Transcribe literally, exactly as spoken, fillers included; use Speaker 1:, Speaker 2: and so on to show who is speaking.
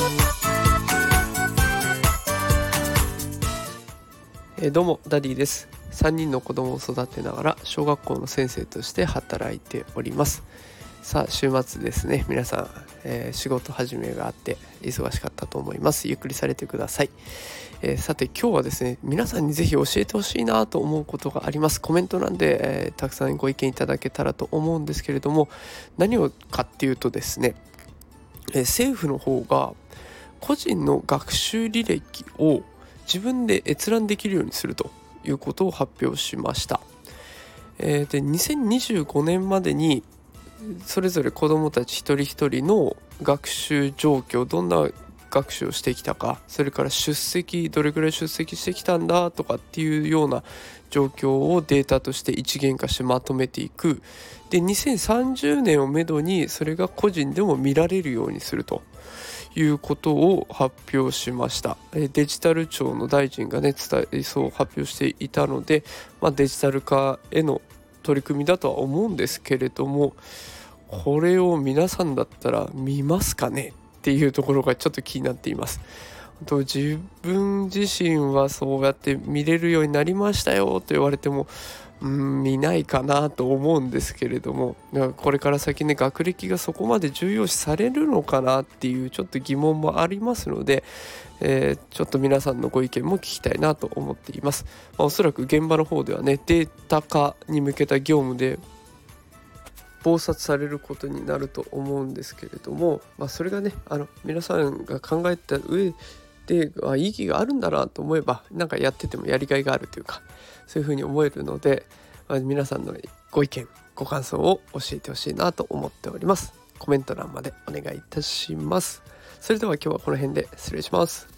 Speaker 1: えー、どうもダディです。さんにんの子供を育てながら小学校の先生として働いております。さあ週末ですね、皆さん、えー、仕事始めがあって忙しかったと思います。ゆっくりされてください。えー、さて今日はですね、皆さんにぜひ教えてほしいなと思うことがあります。コメント欄で、えー、たくさんご意見いただけたらと思うんですけれども、何をかっていうとですね、えー、政府の方が個人の学習履歴を自分で閲覧できるようにするということを発表しました。えー、でにせんにじゅうごねんまでにそれぞれ子どもたち一人一人の学習状況、どんな学習をしてきたか、それから出席どれぐらい出席してきたんだとかっていうような状況をデータとして一元化してまとめていく。でにせんさんじゅうねんをめどにそれが個人でも見られるようにするということを発表しました。デジタル庁の大臣がね伝えそう発表していたので、まあ、デジタル化への取り組みだとは思うんですけれども、これを皆さんだったら見ますかねっていうところがちょっと気になっています。と自分自身はそうやって見れるようになりましたよと言われてもうーん見ないかなと思うんですけれども、これから先ね学歴がそこまで重要視されるのかなっていうちょっと疑問もありますので、えー、ちょっと皆さんのご意見も聞きたいなと思っています。まあ、おそらく現場の方ではねデータ化に向けた業務で忙殺されることになると思うんですけれども、まあ、それがねあの皆さんが考えた上であ意義があるんだなと思えば、なんかやっててもやりがいがあるというか、そういうふうに思えるので、まあ、皆さんのご意見ご感想を教えてほしいなと思っております。コメント欄までお願いいたします。それでは今日はこの辺で失礼します。